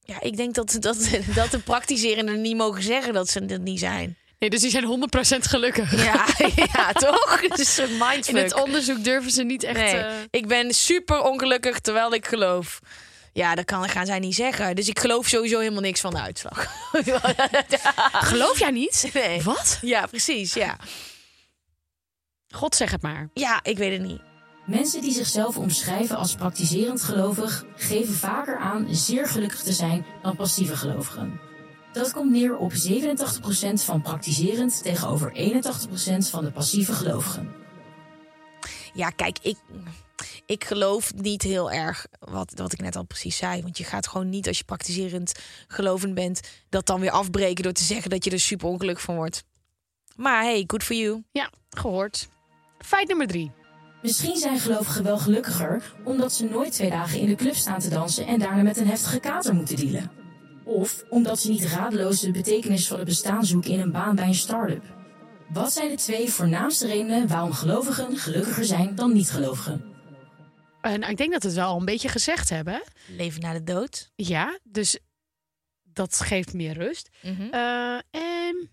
Ja, ik denk dat, dat, dat de praktiserenden niet mogen zeggen dat ze dat niet zijn.
Nee, dus die zijn honderd procent gelukkig.
Ja, ja toch? Het is een mindfuck.
In het onderzoek durven ze niet echt...
Nee,
uh...
ik ben super ongelukkig terwijl ik geloof. Ja, dat kan, gaan zij niet zeggen. Dus ik geloof sowieso helemaal niks van de uitslag.
Geloof jij niet?
Nee.
Wat?
Ja, precies, ja.
God, zeg het maar.
Ja, ik weet het niet.
Mensen die zichzelf omschrijven als praktiserend gelovig geven vaker aan zeer gelukkig te zijn dan passieve gelovigen. Dat komt neer op zevenentachtig procent van praktiserend tegenover eenentachtig procent van de passieve gelovigen.
Ja, kijk, ik, ik geloof niet heel erg wat, wat ik net al precies zei. Want je gaat gewoon niet, als je praktiserend gelovend bent, dat dan weer afbreken door te zeggen dat je er super ongelukkig van wordt. Maar hey, good for you.
Ja, gehoord. Feit nummer drie.
Misschien zijn gelovigen wel gelukkiger omdat ze nooit twee dagen in de club staan te dansen en daarna met een heftige kater moeten dealen. Of omdat ze niet radeloos de betekenis van het bestaan zoeken in een baan bij een start-up. Wat zijn de twee voornaamste redenen waarom gelovigen gelukkiger zijn dan niet-gelovigen?
En ik denk dat we het wel een beetje gezegd hebben.
Leven na de dood.
Ja, dus dat geeft meer rust.
Mm-hmm.
Uh, en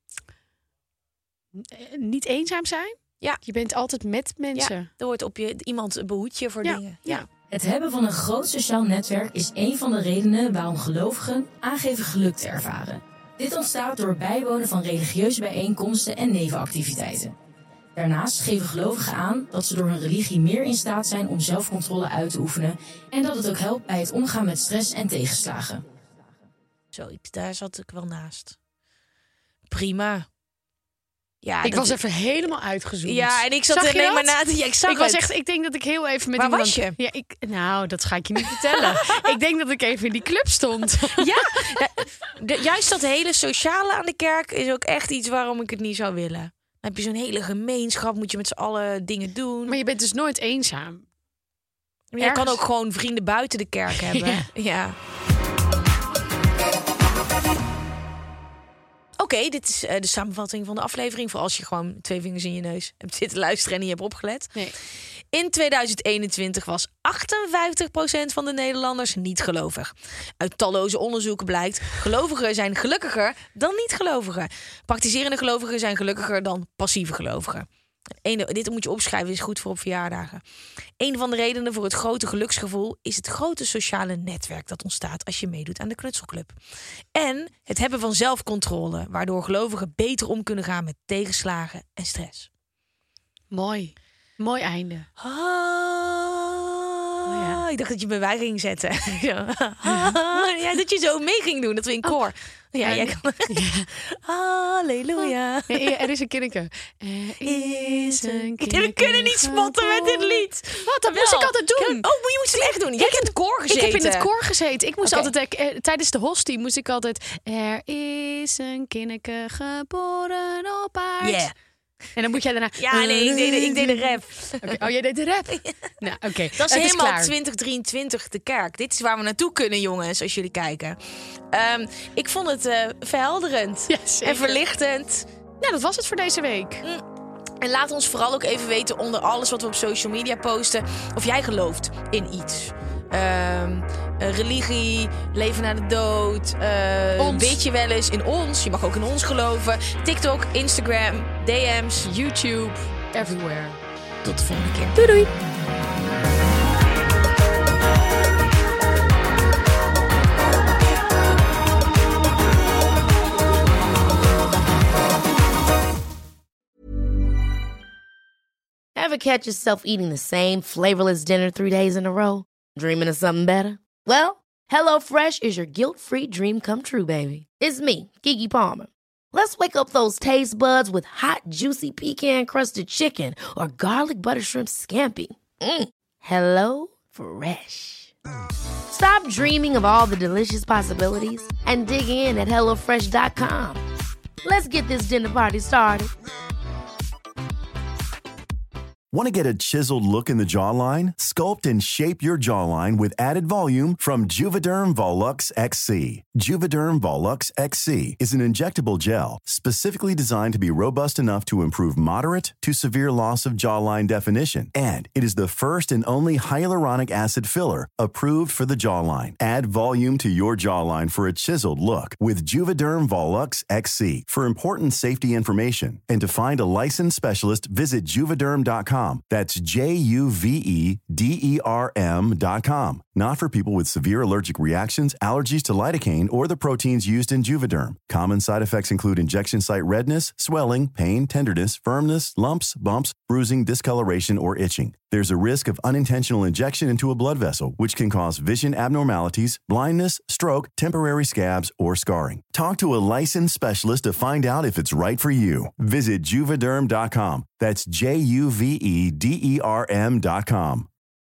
niet eenzaam zijn.
Ja.
Je bent altijd met mensen.
Ja, er wordt op je iemand behoedt je voor
ja.
dingen.
Ja.
Ja.
Het hebben van een groot sociaal netwerk is een van de redenen waarom gelovigen aangeven geluk te ervaren. Dit ontstaat door het bijwonen van religieuze bijeenkomsten en nevenactiviteiten. Daarnaast geven gelovigen aan dat ze door hun religie meer in staat zijn om zelfcontrole uit te oefenen en dat het ook helpt bij het omgaan met stress en tegenslagen.
Zo, daar zat ik wel naast. Prima. Ja,
ik
dat
was even helemaal uitgezoomd.
Ja, en ik zat
zag
alleen
je
maar
dat?
na te... Ja, ik zag
ik was
het.
echt. Ik denk dat ik heel even met
Waar
iemand...
was je?
Ja, ik, nou, dat ga ik je niet vertellen. Ik denk dat ik even in die club stond.
Ja, de, juist dat hele sociale aan de kerk is ook echt iets waarom ik het niet zou willen. Dan heb je zo'n hele gemeenschap, moet je met z'n allen dingen doen.
Maar je bent dus nooit eenzaam.
Maar je kan ook gewoon vrienden buiten de kerk hebben. Ja. ja. Oké, okay, dit is uh, de samenvatting van de aflevering. Voor als je gewoon twee vingers in je neus hebt zitten luisteren en niet hebt opgelet.
Nee.
In tweeduizend eenentwintig was achtenvijftig procent van de Nederlanders niet gelovig. Uit talloze onderzoeken blijkt, gelovigen zijn gelukkiger dan niet-gelovigen. Praktiserende gelovigen zijn gelukkiger dan passieve gelovigen. Ene, dit moet je opschrijven, is goed voor op verjaardagen. Een van de redenen voor het grote geluksgevoel is het grote sociale netwerk dat ontstaat als je meedoet aan de knutselclub. En het hebben van zelfcontrole, waardoor gelovigen beter om kunnen gaan met tegenslagen en stress.
Mooi. Mooi einde.
Ah, oh ja. Ik dacht dat je bij mij ging zetten. Ja, dat je zo mee ging doen, dat we in koor. Oh. Ja, jij kan... ja. Halleluja.
Ja, er is een kinneke. Er is een kinneke.
We kunnen niet spotten met dit lied.
Wat, dat moest ik altijd doen.
Oh, maar je moest het echt doen. Jij hebt in het koor gezeten.
Ik heb in het koor gezeten. Ik moest
okay.
altijd, eh, tijdens de hostie moest ik altijd... Er is een kinneke geboren op aard.
Yeah.
En dan moet jij daarna...
Ja, nee, ik deed de, ik deed de rap.
Okay. Oh, jij deed de rap? Ja. Nou, oké. Okay.
Dat is het helemaal is twintig drieëntwintig de kerk. Dit is waar we naartoe kunnen, jongens, als jullie kijken. Um, ik vond het uh, verhelderend
ja,
en verlichtend.
Nou, dat was het voor deze week.
Mm. En laat ons vooral ook even weten onder alles wat we op social media posten, of jij gelooft in iets. Um, religie, leven na de dood. Uh, weet je wel eens in ons? Je mag ook in ons geloven. TikTok, Instagram, D M's,
YouTube, everywhere.
Tot de volgende keer.
Doei doei.
Ever catch yourself eating the same flavorless dinner three days in a row? Dreaming of something better? Well, HelloFresh is your guilt-free dream come true, baby. It's me, Keke Palmer. Let's wake up those taste buds with hot, juicy pecan-crusted chicken or garlic butter shrimp scampi. Mm. Hello Fresh. Stop dreaming of all the delicious possibilities and dig in at hello fresh dot com. Let's get this dinner party started.
Want to get a chiseled look in the jawline? Sculpt and shape your jawline with added volume from Juvederm Volux X C. Juvederm Volux X C is an injectable gel specifically designed to be robust enough to improve moderate to severe loss of jawline definition. And it is the first and only hyaluronic acid filler approved for the jawline. Add volume to your jawline for a chiseled look with Juvederm Volux X C. For important safety information and to find a licensed specialist, visit juvederm dot com. That's J U V E D E R M dot com. Not for people with severe allergic reactions, allergies to lidocaine, or the proteins used in Juvederm. Common side effects include injection site redness, swelling, pain, tenderness, firmness, lumps, bumps, bruising, discoloration, or itching. There's a risk of unintentional injection into a blood vessel, which can cause vision abnormalities, blindness, stroke, temporary scabs, or scarring. Talk to a licensed specialist to find out if it's right for you. Visit juvederm dot com. That's J U V E D E R M dot com.